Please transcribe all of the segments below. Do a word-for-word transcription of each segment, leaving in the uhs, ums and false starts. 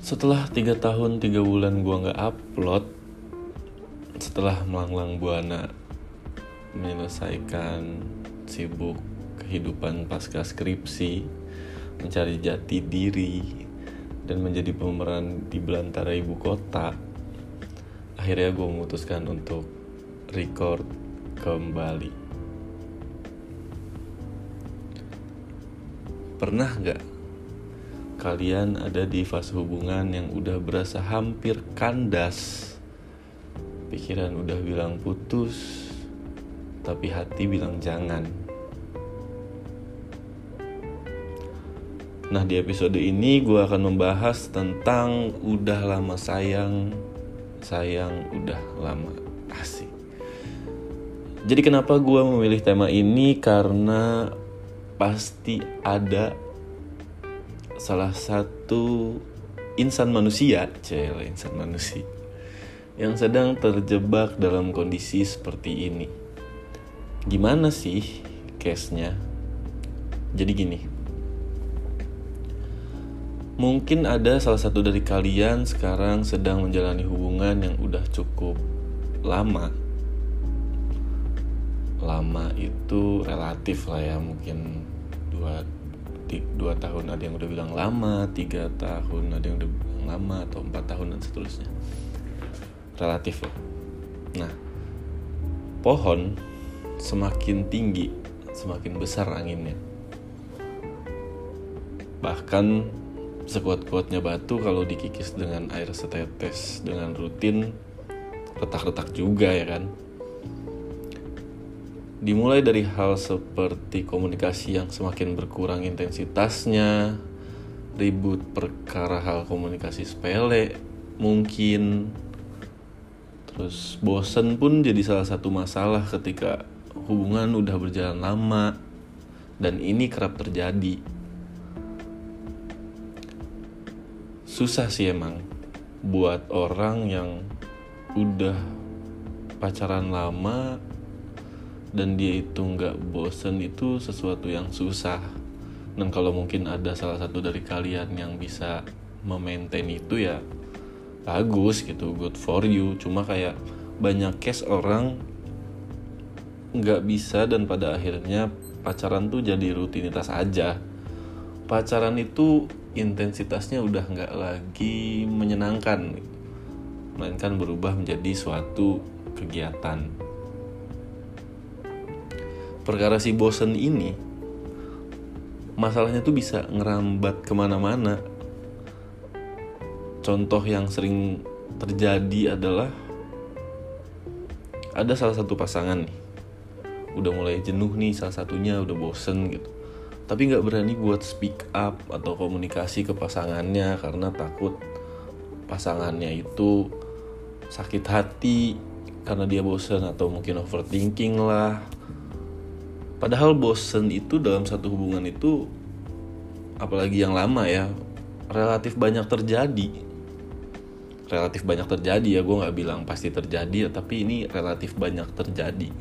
Setelah tiga tahun tiga bulan gue gak upload, setelah melanglang buana menyelesaikan sibuk kehidupan pasca skripsi, mencari jati diri, dan menjadi pemeran di belantara ibu kota, akhirnya gue memutuskan untuk record kembali. Pernah gak kalian ada di fase hubungan yang udah berasa hampir kandas? Pikiran udah bilang putus, tapi hati bilang jangan. Nah, di episode ini gue akan membahas tentang udah lama sayang, sayang udah lama asik. Jadi kenapa gue memilih tema ini? Karena pasti ada salah satu insan manusia, cewek insan manusia, yang sedang terjebak dalam kondisi seperti ini. Gimana sih case-nya? Jadi gini, mungkin ada salah satu dari kalian sekarang sedang menjalani hubungan yang udah cukup lama. Lama itu relatif lah ya, mungkin dua dua tahun ada yang udah bilang lama, tiga tahun ada yang udah bilang lama, atau empat tahun dan seterusnya. Relatif loh. Nah, pohon semakin tinggi, semakin besar anginnya. Bahkan sekuat-kuatnya batu kalau dikikis dengan air setetes dengan rutin, retak-retak juga ya kan. Dimulai dari hal seperti komunikasi yang semakin berkurang intensitasnya, ribut perkara hal komunikasi sepele mungkin, terus bosen pun jadi salah satu masalah ketika hubungan udah berjalan lama, dan ini kerap terjadi. Susah sih emang buat orang yang udah pacaran lama dan dia itu gak bosen, itu sesuatu yang susah. Dan kalau mungkin ada salah satu dari kalian yang bisa memaintain itu, ya bagus gitu, good for you. Cuma kayak banyak case orang gak bisa, dan pada akhirnya pacaran tuh jadi rutinitas aja. Pacaran itu intensitasnya udah gak lagi menyenangkan, melainkan berubah menjadi suatu kegiatan. Perkara si bosen ini, masalahnya tuh bisa ngerambat kemana-mana. Contoh yang sering terjadi adalah ada salah satu pasangan nih, udah mulai jenuh nih, salah satunya udah bosen gitu, tapi gak berani buat speak up atau komunikasi ke pasangannya karena takut pasangannya itu sakit hati karena dia bosen, atau mungkin overthinking lah. Padahal bosen itu dalam satu hubungan itu, apalagi yang lama ya, relatif banyak terjadi. Relatif banyak terjadi ya, gue gak bilang pasti terjadi ya, tapi ini relatif banyak terjadi.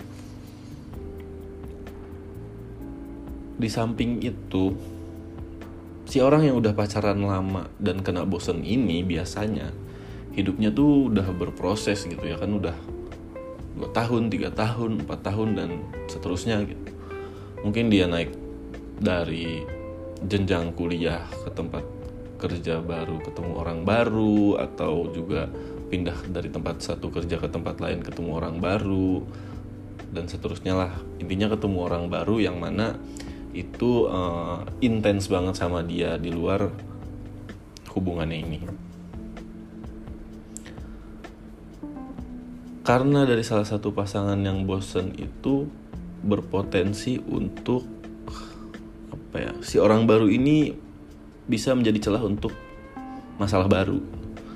Di samping itu, si orang yang udah pacaran lama dan kena bosen ini biasanya hidupnya tuh udah berproses gitu ya kan, udah dua tahun, tiga tahun, empat tahun, dan seterusnya gitu. Mungkin dia naik dari jenjang kuliah ke tempat kerja baru, ketemu orang baru, atau juga pindah dari tempat satu kerja ke tempat lain, ketemu orang baru, dan seterusnya lah. Intinya ketemu orang baru yang mana itu uh, intens banget sama dia di luar hubungannya ini. Karena dari salah satu pasangan yang bosen itu berpotensi untuk apa ya, si orang baru ini bisa menjadi celah untuk masalah baru.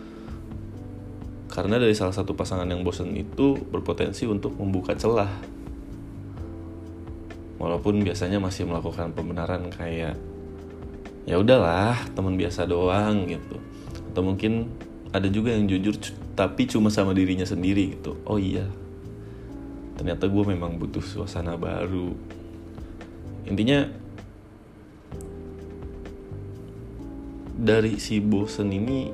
Karena dari salah satu pasangan yang bosen itu berpotensi untuk membuka celah, walaupun biasanya masih melakukan pembenaran kayak ya udahlah, teman biasa doang gitu. Atau mungkin ada juga yang jujur tapi cuma sama dirinya sendiri gitu. Oh iya, ternyata gue memang butuh suasana baru. Intinya dari si bosen ini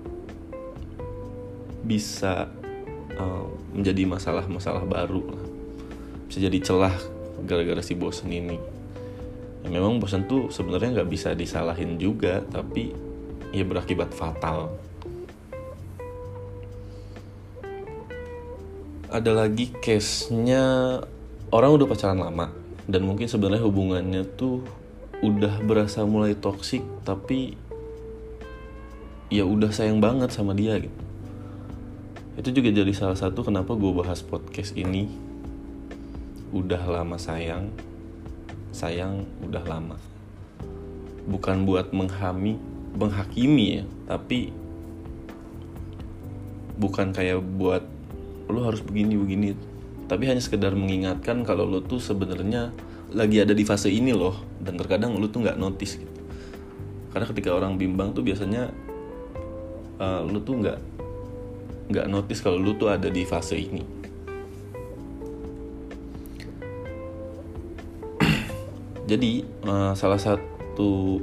bisa uh, menjadi masalah-masalah baru lah. Bisa jadi celah gara-gara si bosen ini. Ya, memang bosen tuh sebenarnya nggak bisa disalahin juga, tapi ya berakibat fatal. Ada lagi case-nya orang udah pacaran lama dan mungkin sebenarnya hubungannya tuh udah berasa mulai toksik, tapi ya udah sayang banget sama dia gitu. Itu juga jadi salah satu kenapa gue bahas podcast ini. Udah lama sayang, sayang udah lama. Bukan buat menghami, menghakimi ya, tapi bukan kayak buat lo harus begini-begini, tapi hanya sekedar mengingatkan kalau lo tuh sebenarnya lagi ada di fase ini loh, dan terkadang lo tuh nggak notice gitu. Karena ketika orang bimbang tuh biasanya uh, lo tuh nggak nggak notice kalau lo tuh ada di fase ini. Jadi uh, salah satu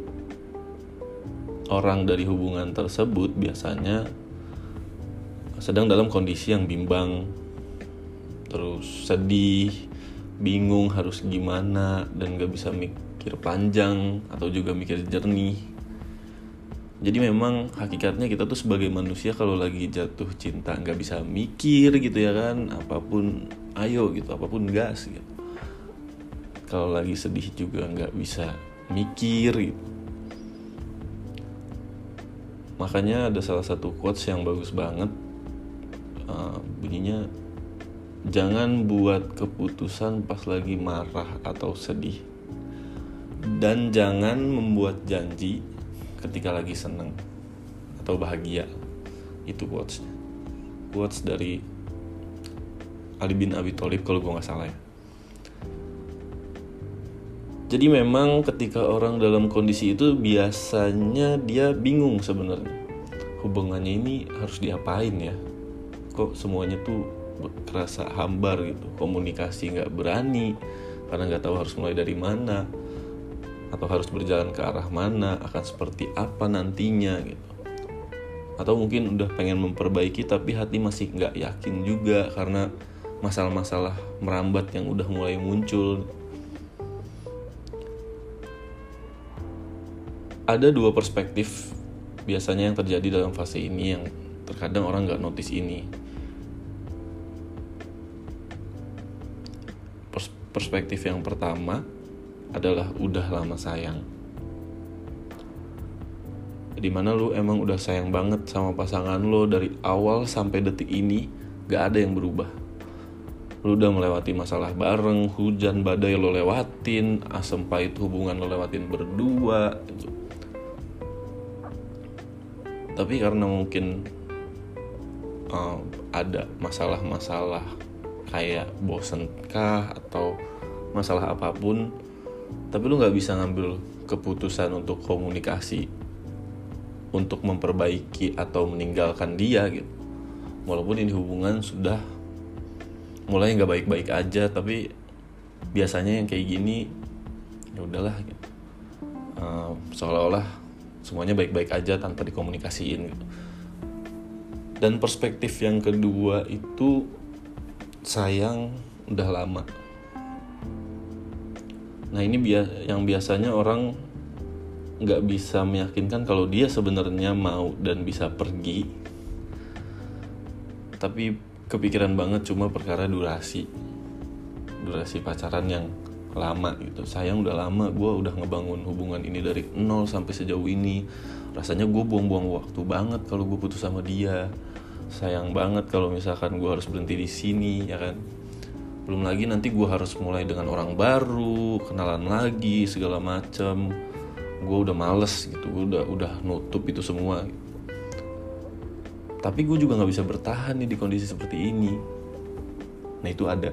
orang dari hubungan tersebut biasanya sedang dalam kondisi yang bimbang, terus sedih, bingung harus gimana, dan gak bisa mikir panjang atau juga mikir jernih. Jadi memang hakikatnya kita tuh sebagai manusia kalau lagi jatuh cinta gak bisa mikir gitu ya kan, apapun ayo gitu, apapun gas gitu. Kalau lagi sedih juga gak bisa mikir gitu. Makanya ada salah satu quotes yang bagus banget, uh, bunyinya, jangan buat keputusan pas lagi marah atau sedih, dan jangan membuat janji ketika lagi seneng atau bahagia. Itu quotes quotes dari Ali bin Abi Thalib kalau gue gak salah ya. Jadi memang ketika orang dalam kondisi itu biasanya dia bingung sebenarnya, hubungannya ini harus diapain ya, kok semuanya tuh kerasa hambar gitu, komunikasi nggak berani karena nggak tahu harus mulai dari mana atau harus berjalan ke arah mana, akan seperti apa nantinya gitu. Atau mungkin udah pengen memperbaiki tapi hati masih nggak yakin juga karena masalah-masalah merambat yang udah mulai muncul. Ada dua perspektif biasanya yang terjadi dalam fase ini yang terkadang orang nggak notice ini. Perspektif yang pertama adalah udah lama sayang, dimana lu emang udah sayang banget sama pasangan lo dari awal sampai detik ini, gak ada yang berubah. Lu udah melewati masalah bareng, hujan badai lo lewatin, asam pahit hubungan lo lewatin berdua gitu. Tapi karena mungkin uh, ada masalah-masalah kayak bosen kah atau masalah apapun, tapi lu gak bisa ngambil keputusan untuk komunikasi, untuk memperbaiki atau meninggalkan dia gitu. Walaupun ini hubungan sudah mulai gak baik-baik aja, tapi biasanya yang kayak gini ya udahlah gitu. Uh, seolah-olah semuanya baik-baik aja tanpa dikomunikasiin gitu. Dan perspektif yang kedua itu sayang udah lama. Nah ini bi- yang biasanya orang gak bisa meyakinkan kalau dia sebenarnya mau dan bisa pergi, tapi kepikiran banget cuma perkara durasi durasi pacaran yang lama gitu. Sayang udah lama, gue udah ngebangun hubungan ini dari nol sampai sejauh ini. Rasanya gue buang-buang waktu banget kalau gue putus sama dia. Sayang banget kalau misalkan gue harus berhenti di sini, ya kan. Belum lagi nanti gue harus mulai dengan orang baru, kenalan lagi segala macam. Gue udah males gitu, gue udah udah nutup itu semua. Gitu. Tapi gue juga nggak bisa bertahan nih di kondisi seperti ini. Nah itu ada.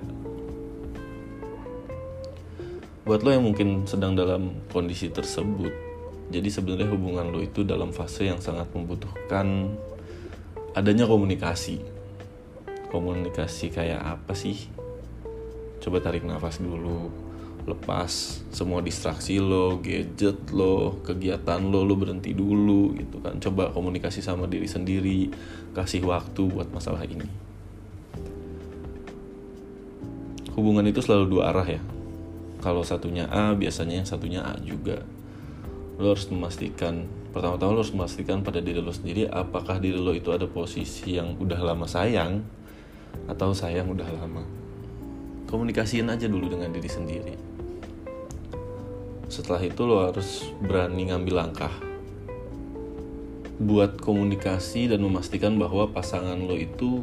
Buat lo yang mungkin sedang dalam kondisi tersebut, jadi sebenarnya hubungan lo itu dalam fase yang sangat membutuhkan adanya komunikasi. Komunikasi kayak apa sih? Coba tarik nafas dulu, lepas semua distraksi lo, gadget lo, kegiatan lo, lo berhenti dulu gitu kan. Coba komunikasi sama diri sendiri, kasih waktu buat masalah ini. Hubungan itu selalu dua arah ya. Kalau satunya A, biasanya yang satunya A juga. Lo harus memastikan, pertama-tama lo harus memastikan pada diri lo sendiri, apakah diri lo itu ada posisi yang udah lama sayang atau sayang udah lama. Komunikasiin aja dulu dengan diri sendiri. Setelah itu lo harus berani ngambil langkah buat komunikasi dan memastikan bahwa pasangan lo itu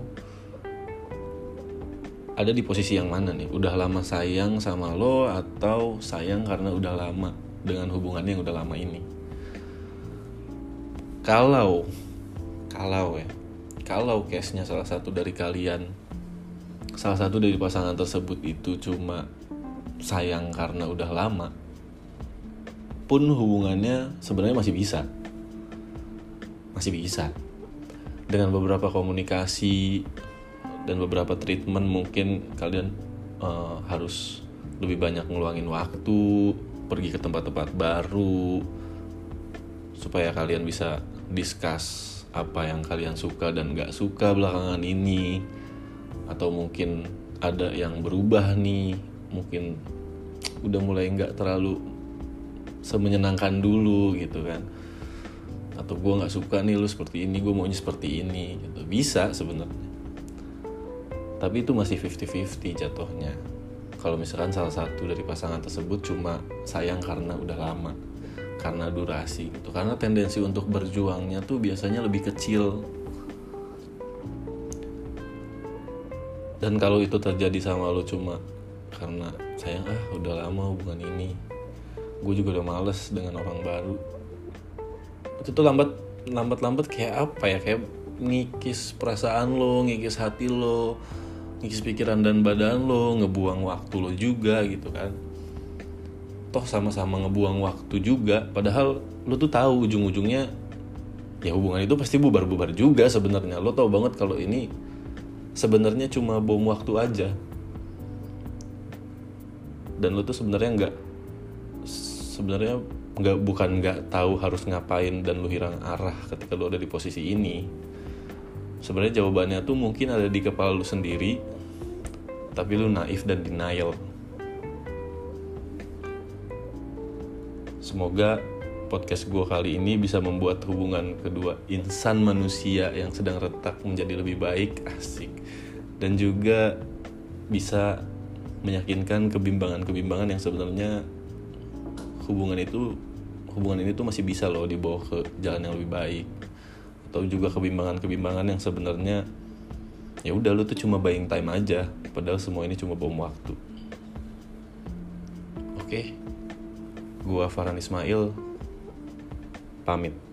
ada di posisi yang mana nih. Udah lama sayang sama lo atau sayang karena udah lama dengan hubungannya yang udah lama ini. Kalau Kalau ya Kalau case-nya salah satu dari kalian, salah satu dari pasangan tersebut itu cuma sayang karena udah lama, pun hubungannya sebenarnya masih bisa Masih bisa dengan beberapa komunikasi dan beberapa treatment. Mungkin kalian uh, harus lebih banyak ngeluangin waktu, pergi ke tempat-tempat baru, supaya kalian bisa discuss apa yang kalian suka dan gak suka belakangan ini. Atau mungkin ada yang berubah nih, mungkin udah mulai gak terlalu semenyenangkan dulu gitu kan. Atau gue gak suka nih lu seperti ini, gue maunya seperti ini gitu. Bisa sebenarnya, tapi itu masih fifty-fifty jatuhnya. Kalau misalkan salah satu dari pasangan tersebut cuma sayang karena udah lama, karena durasi gitu. Karena tendensi untuk berjuangnya tuh biasanya lebih kecil. Dan kalau itu terjadi sama lo cuma karena sayang, ah udah lama hubungan ini, gue juga udah males dengan orang baru, itu tuh lambat lambat lambat kayak apa ya, kayak ngikis perasaan lo, ngikis hati lo, ngikis pikiran dan badan lo, ngebuang waktu lo juga gitu kan. Toh sama-sama ngebuang waktu juga, padahal lo tuh tahu ujung-ujungnya ya hubungan itu pasti bubar-bubar juga sebenarnya. Lo tahu banget kalau ini sebenarnya cuma bom waktu aja, dan lo tuh sebenarnya nggak sebenarnya nggak bukan nggak tahu harus ngapain dan lo hilang arah ketika lo ada di posisi ini. Sebenarnya jawabannya tuh mungkin ada di kepala lu sendiri, tapi lu naif dan denial. Semoga podcast gue kali ini bisa membuat hubungan kedua insan manusia yang sedang retak menjadi lebih baik, asik. Dan juga bisa meyakinkan kebimbangan-kebimbangan yang sebenarnya hubungan itu hubungan ini tuh masih bisa loh dibawa ke jalan yang lebih baik. Atau juga kebimbangan-kebimbangan yang sebenarnya ya udah lu tuh cuma buying time aja, padahal semua ini cuma bom waktu. Oke, gua Farhan Ismail pamit.